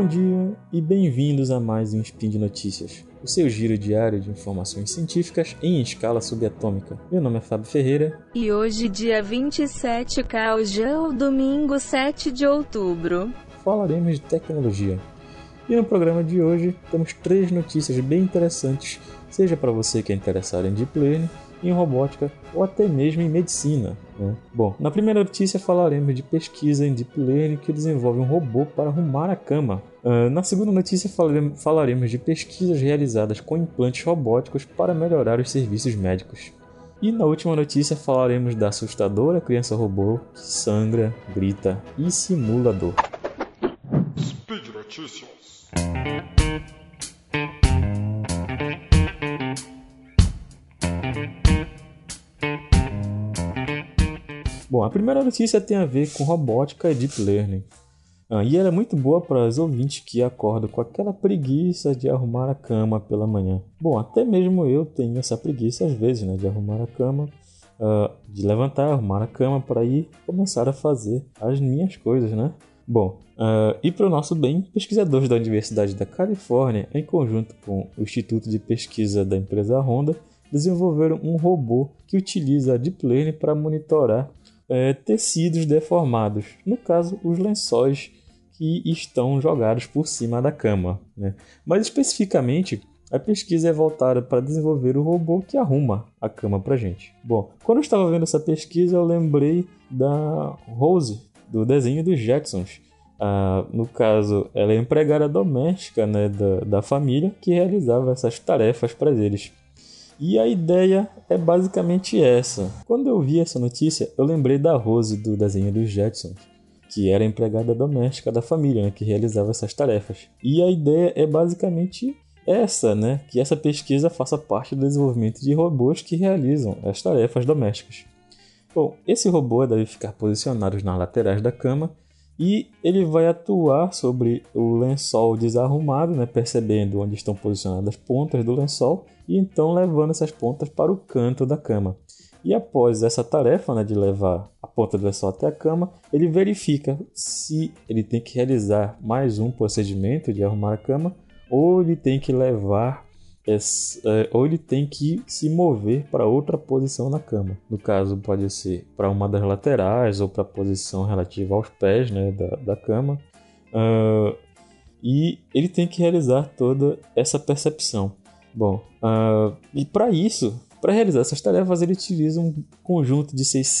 Bom dia e bem-vindos a mais um Spin de Notícias, o seu giro diário de informações científicas em escala subatômica. Meu nome é Fábio Ferreira. E hoje, dia 27K, hoje é o domingo 7 de outubro. Falaremos de tecnologia. E no programa de hoje temos 3 notícias bem interessantes, seja para você que é interessado em Deep Learning, em robótica ou até mesmo em medicina, né? Bom, na primeira notícia falaremos de pesquisa em Deep Learning que desenvolve um robô para arrumar a cama. Na segunda notícia falaremos de pesquisas realizadas com implantes robóticos para melhorar os serviços médicos. E na última notícia falaremos da assustadora criança robô que sangra, grita e simula dor. Speed Notícias. Bom, a primeira notícia tem a ver com robótica e Deep Learning. E ela é muito boa para os ouvintes que acordam com aquela preguiça de arrumar a cama pela manhã. Bom, até mesmo eu tenho essa preguiça às vezes, né, de arrumar a cama, de levantar, arrumar a cama para ir começar a fazer as minhas coisas, né? Bom, e para o nosso bem, pesquisadores da Universidade da Califórnia, em conjunto com o Instituto de Pesquisa da empresa Honda, desenvolveram um robô que utiliza a Deep Learning para monitorar tecidos deformados, no caso, os lençóis que estão jogados por cima da cama, né? Mas especificamente, a pesquisa é voltada para desenvolver o robô que arruma a cama para a gente. Bom, quando eu estava vendo essa pesquisa, eu lembrei da Rose, do desenho dos Jetsons. No caso, ela é empregada doméstica, né, da família que realizava essas tarefas para eles. E a ideia é basicamente essa. Quando eu vi essa notícia, eu lembrei da Rose do desenho dos Jetsons, que era a empregada doméstica da família, né, que realizava essas tarefas. E a ideia é basicamente essa, né, que essa pesquisa faça parte do desenvolvimento de robôs que realizam as tarefas domésticas. Bom, esse robô deve ficar posicionado nas laterais da cama e ele vai atuar sobre o lençol desarrumado, né, percebendo onde estão posicionadas as pontas do lençol e então levando essas pontas para o canto da cama. E após essa tarefa, né, de levar a ponta do lençol até a cama, ele verifica se ele tem que realizar mais um procedimento de arrumar a cama ou ele tem que ou ele tem que se mover para outra posição na cama. No caso, pode ser para uma das laterais ou para a posição relativa aos pés, né, da cama. E ele tem que realizar toda essa percepção. Bom, e para isso, para realizar essas tarefas, ele utiliza um conjunto de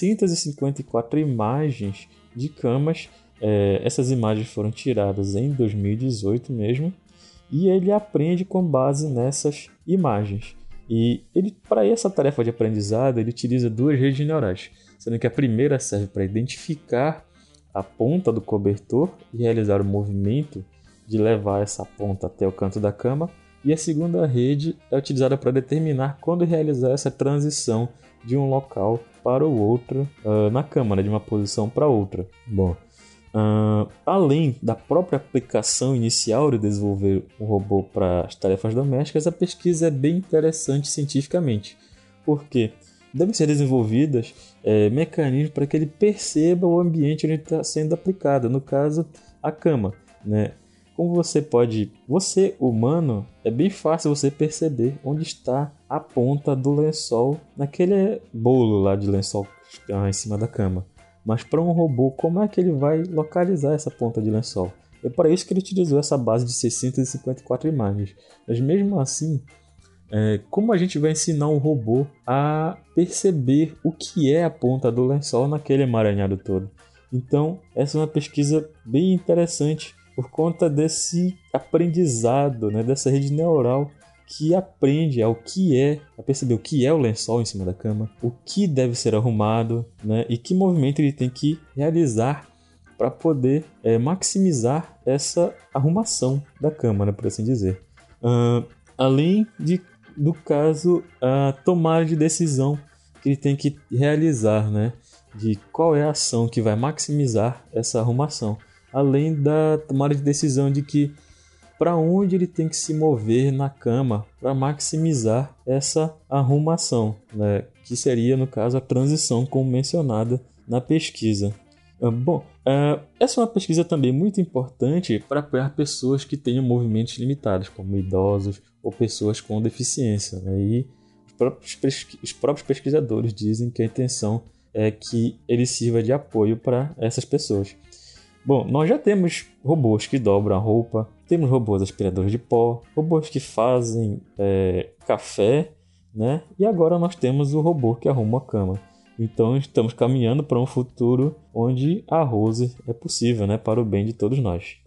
654 imagens de camas. Essas imagens foram tiradas em 2018 mesmo. E ele aprende com base nessas imagens. E para essa tarefa de aprendizado, ele utiliza 2 redes neurais, sendo que a primeira serve para identificar a ponta do cobertor e realizar o movimento de levar essa ponta até o canto da cama. E a segunda rede é utilizada para determinar quando realizar essa transição de um local para o outro na cama, né, de uma posição para outra. Bom, além da própria aplicação inicial de desenvolver um robô para as tarefas domésticas, a pesquisa é bem interessante cientificamente, porque devem ser desenvolvidas mecanismos para que ele perceba o ambiente onde está sendo aplicado, no caso, a cama, né? Como você humano, é bem fácil você perceber onde está a ponta do lençol naquele bolo lá de lençol em cima da cama. Mas para um robô, como é que ele vai localizar essa ponta de lençol? É para isso que ele utilizou essa base de 654 imagens. Mas mesmo assim, como a gente vai ensinar um robô a perceber o que é a ponta do lençol naquele emaranhado todo? Então, essa é uma pesquisa bem interessante por conta desse aprendizado, né, dessa rede neural que aprende a perceber o que é o lençol em cima da cama, o que deve ser arrumado, né, e que movimento ele tem que realizar para poder maximizar essa arrumação da cama, né, por assim dizer. Além do caso, a tomada de decisão que ele tem que realizar, né, de qual é a ação que vai maximizar essa arrumação. Além da tomada de decisão de que para onde ele tem que se mover na cama para maximizar essa arrumação, né? Que seria, no caso, a transição como mencionada na pesquisa. Essa é uma pesquisa também muito importante para apoiar pessoas que tenham movimentos limitados, como idosos ou pessoas com deficiência, né? E os próprios pesquisadores dizem que a intenção é que ele sirva de apoio para essas pessoas. Bom, nós já temos robôs que dobram a roupa, temos robôs aspiradores de pó, robôs que fazem café, né? E agora nós temos o robô que arruma a cama. Então estamos caminhando para um futuro onde a Rose é possível, né? Para o bem de todos nós.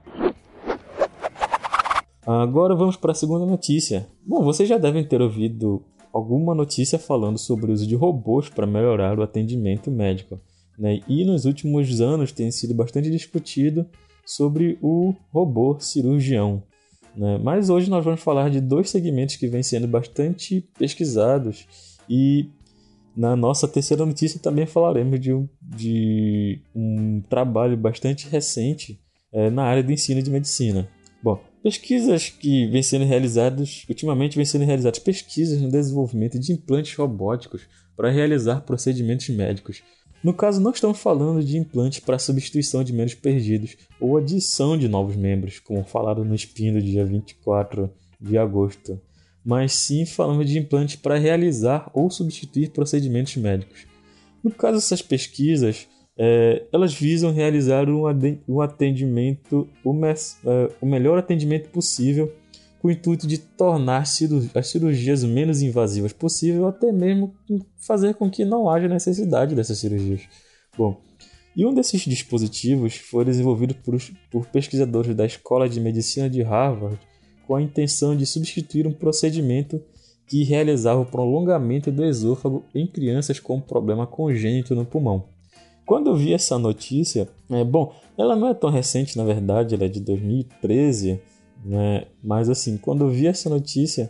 Agora vamos para a segunda notícia. Bom, vocês já devem ter ouvido alguma notícia falando sobre o uso de robôs para melhorar o atendimento médico, né? E nos últimos anos tem sido bastante discutido sobre o robô cirurgião, né? Mas hoje nós vamos falar de dois segmentos que vêm sendo bastante pesquisados, e na nossa terceira notícia também falaremos de um trabalho bastante recente na área do ensino de medicina. Bom, pesquisas que vêm sendo realizadas, ultimamente vêm sendo realizadas pesquisas no desenvolvimento de implantes robóticos para realizar procedimentos médicos. No caso, não estamos falando de implantes para substituição de membros perdidos ou adição de novos membros, como falado no Spin do dia 24 de agosto, mas sim falamos de implantes para realizar ou substituir procedimentos médicos. No caso, essas pesquisas elas visam realizar um atendimento, o melhor atendimento possível, com o intuito de tornar as cirurgias o menos invasivas possível, ou até mesmo fazer com que não haja necessidade dessas cirurgias. Bom, e um desses dispositivos foi desenvolvido por pesquisadores da Escola de Medicina de Harvard, com a intenção de substituir um procedimento que realizava o prolongamento do esôfago em crianças com problema congênito no pulmão. Quando eu vi essa notícia, ela não é tão recente, na verdade, ela é de 2013, né? Mas assim, quando eu vi essa notícia,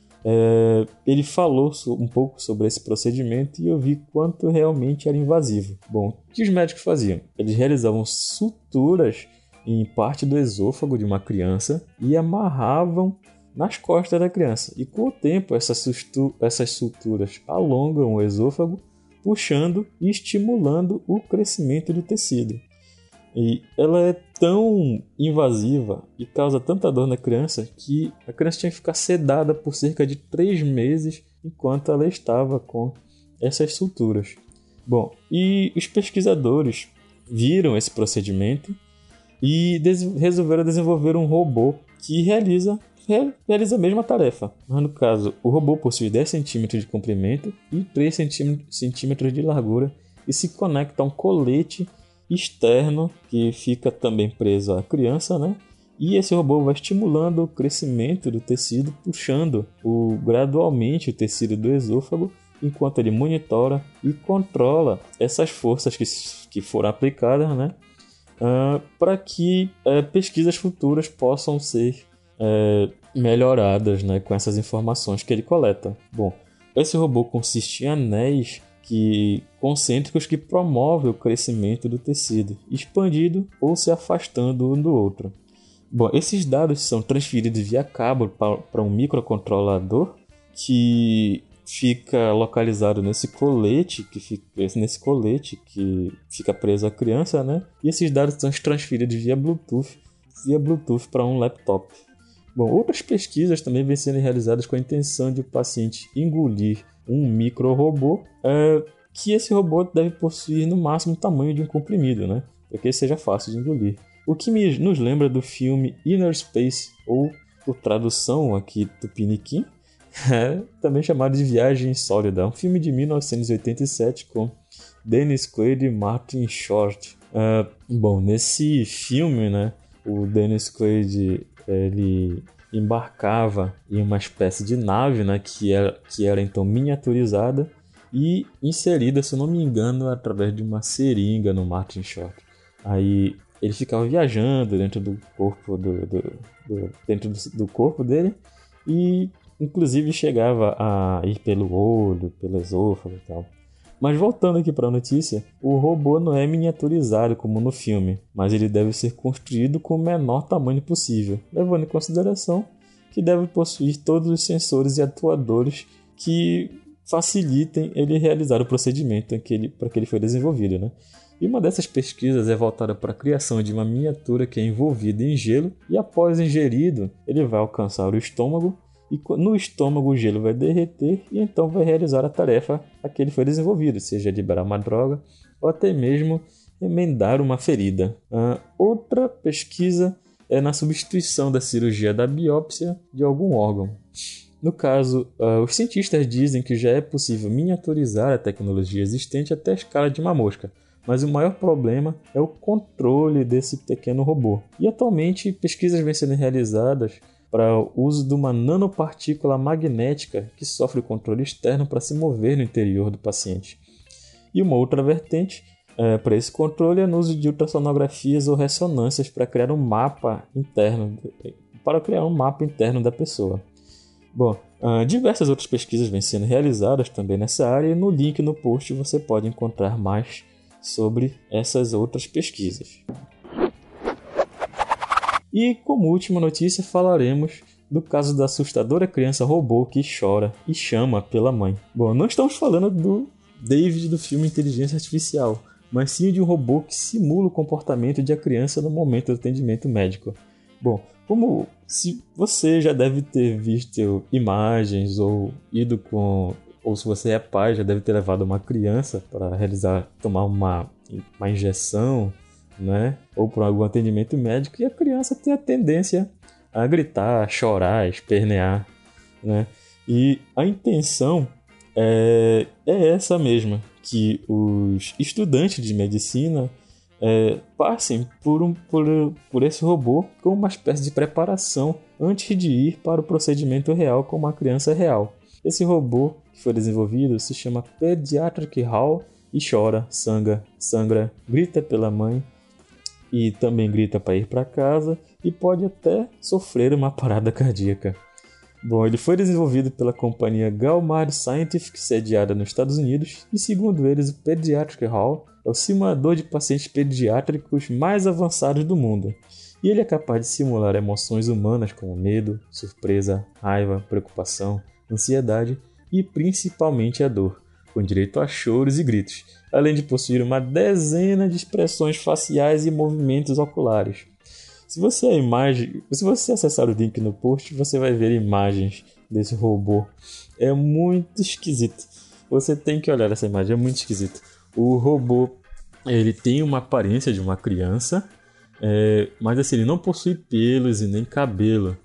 ele falou um pouco sobre esse procedimento e eu vi quanto realmente era invasivo. Bom, o que os médicos faziam? Eles realizavam suturas em parte do esôfago de uma criança e amarravam nas costas da criança. E com o tempo, essas suturas alongam o esôfago, puxando e estimulando o crescimento do tecido. E ela é tão invasiva e causa tanta dor na criança que a criança tinha que ficar sedada por cerca de 3 meses enquanto ela estava com essas suturas. Bom, e os pesquisadores viram esse procedimento e resolveram desenvolver um robô que realiza a mesma tarefa. Mas no caso, o robô possui 10 cm de comprimento e 3 cm de largura e se conecta a um colete externo que fica também preso à criança, né? E esse robô vai estimulando o crescimento do tecido, puxando gradualmente o tecido do esôfago, enquanto ele monitora e controla essas forças que foram aplicadas, né? Para que pesquisas futuras possam ser melhoradas, né, com essas informações que ele coleta. Bom, esse robô consiste em anéis concêntricos que promovem o crescimento do tecido, expandindo ou se afastando um do outro. Bom, esses dados são transferidos via cabo para um microcontrolador que fica localizado nesse colete que fica preso à criança, né? E esses dados são transferidos via Bluetooth para um laptop. Bom, outras pesquisas também vêm sendo realizadas com a intenção de o paciente engolir um micro-robô, que esse robô deve possuir no máximo o tamanho de um comprimido, né? Para que seja fácil de engolir. O que nos lembra do filme Inner Space, ou por tradução aqui Tupiniquim, também chamado de Viagem Sólida, um filme de 1987 com Dennis Quaid e Martin Short. Bom, nesse filme, né, o Dennis Quaid ele embarcava em uma espécie de nave, né, que era então miniaturizada e inserida, se eu não me engano, através de uma seringa no Martin Short. Aí ele ficava viajando dentro do corpo dentro do corpo dele e inclusive chegava a ir pelo olho, pelo esôfago e tal. Mas voltando aqui para a notícia, o robô não é miniaturizado como no filme, mas ele deve ser construído com o menor tamanho possível, levando em consideração que deve possuir todos os sensores e atuadores que facilitem ele realizar o procedimento para que ele foi desenvolvido, né? E uma dessas pesquisas é voltada para a criação de uma miniatura que é envolvida em gelo e após ingerido ele vai alcançar o estômago e no estômago o gelo vai derreter e então vai realizar a tarefa a que ele foi desenvolvido, seja liberar uma droga ou até mesmo emendar uma ferida. Outra pesquisa é na substituição da cirurgia da biópsia de algum órgão. No caso, os cientistas dizem que já é possível miniaturizar a tecnologia existente até a escala de uma mosca, mas o maior problema é o controle desse pequeno robô. E atualmente pesquisas vêm sendo realizadas para o uso de uma nanopartícula magnética que sofre controle externo para se mover no interior do paciente. E uma outra vertente para esse controle é no uso de ultrassonografias ou ressonâncias para criar um mapa interno da pessoa. Bom, diversas outras pesquisas vêm sendo realizadas também nessa área e no link no post você pode encontrar mais sobre essas outras pesquisas. E como última notícia falaremos do caso da assustadora criança robô que chora e chama pela mãe. Bom, não estamos falando do David do filme Inteligência Artificial, mas sim de um robô que simula o comportamento de a criança no momento do atendimento médico. Bom, como se você já deve ter visto imagens ou se você é pai, já deve ter levado uma criança para tomar uma injeção, né? Ou por algum atendimento médico, e a criança tem a tendência a gritar, a chorar, a espernear, né? E a intenção é essa mesma, que os estudantes de medicina passem por esse robô como uma espécie de preparação antes de ir para o procedimento real com uma criança real. Esse robô que foi desenvolvido se chama Pediatric Hall e chora, sangra, grita pela mãe e também grita para ir para casa e pode até sofrer uma parada cardíaca. Bom, ele foi desenvolvido pela companhia Galmar Scientific, sediada nos Estados Unidos, e segundo eles, o Pediatric Hall é o simulador de pacientes pediátricos mais avançados do mundo. E ele é capaz de simular emoções humanas como medo, surpresa, raiva, preocupação, ansiedade e principalmente a dor, com direito a choros e gritos, além de possuir uma dezena de expressões faciais e movimentos oculares. Se você acessar o link no post, você vai ver imagens desse robô. É muito esquisito. Você tem que olhar essa imagem, é muito esquisito. O robô, ele tem uma aparência de uma criança, mas assim, ele não possui pelos e nem cabelo.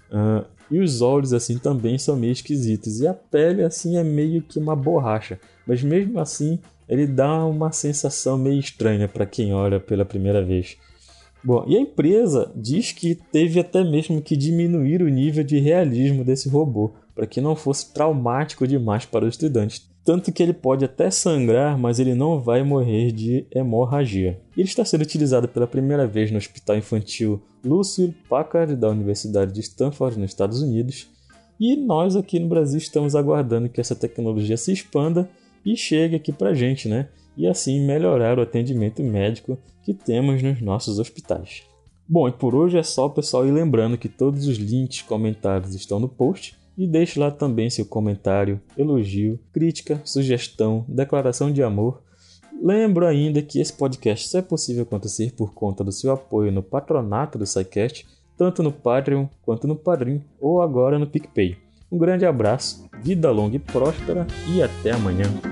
E os olhos assim também são meio esquisitos. E a pele assim é meio que uma borracha. Mas mesmo assim, ele dá uma sensação meio estranha para quem olha pela primeira vez. Bom, e a empresa diz que teve até mesmo que diminuir o nível de realismo desse robô, para que não fosse traumático demais para os estudantes. Tanto que ele pode até sangrar, mas ele não vai morrer de hemorragia. Ele está sendo utilizado pela primeira vez no Hospital Infantil Lucile Packard da Universidade de Stanford, nos Estados Unidos. E nós aqui no Brasil estamos aguardando que essa tecnologia se expanda e chegue aqui para a gente, né? E assim melhorar o atendimento médico que temos nos nossos hospitais. Bom, e por hoje é só, pessoal, e lembrando que todos os links comentados estão no post e deixe lá também seu comentário, elogio, crítica, sugestão, declaração de amor. Lembro ainda que esse podcast só é possível acontecer por conta do seu apoio no patronato do SciCast, tanto no Patreon quanto no Padrim ou agora no PicPay. Um grande abraço, vida longa e próspera e até amanhã.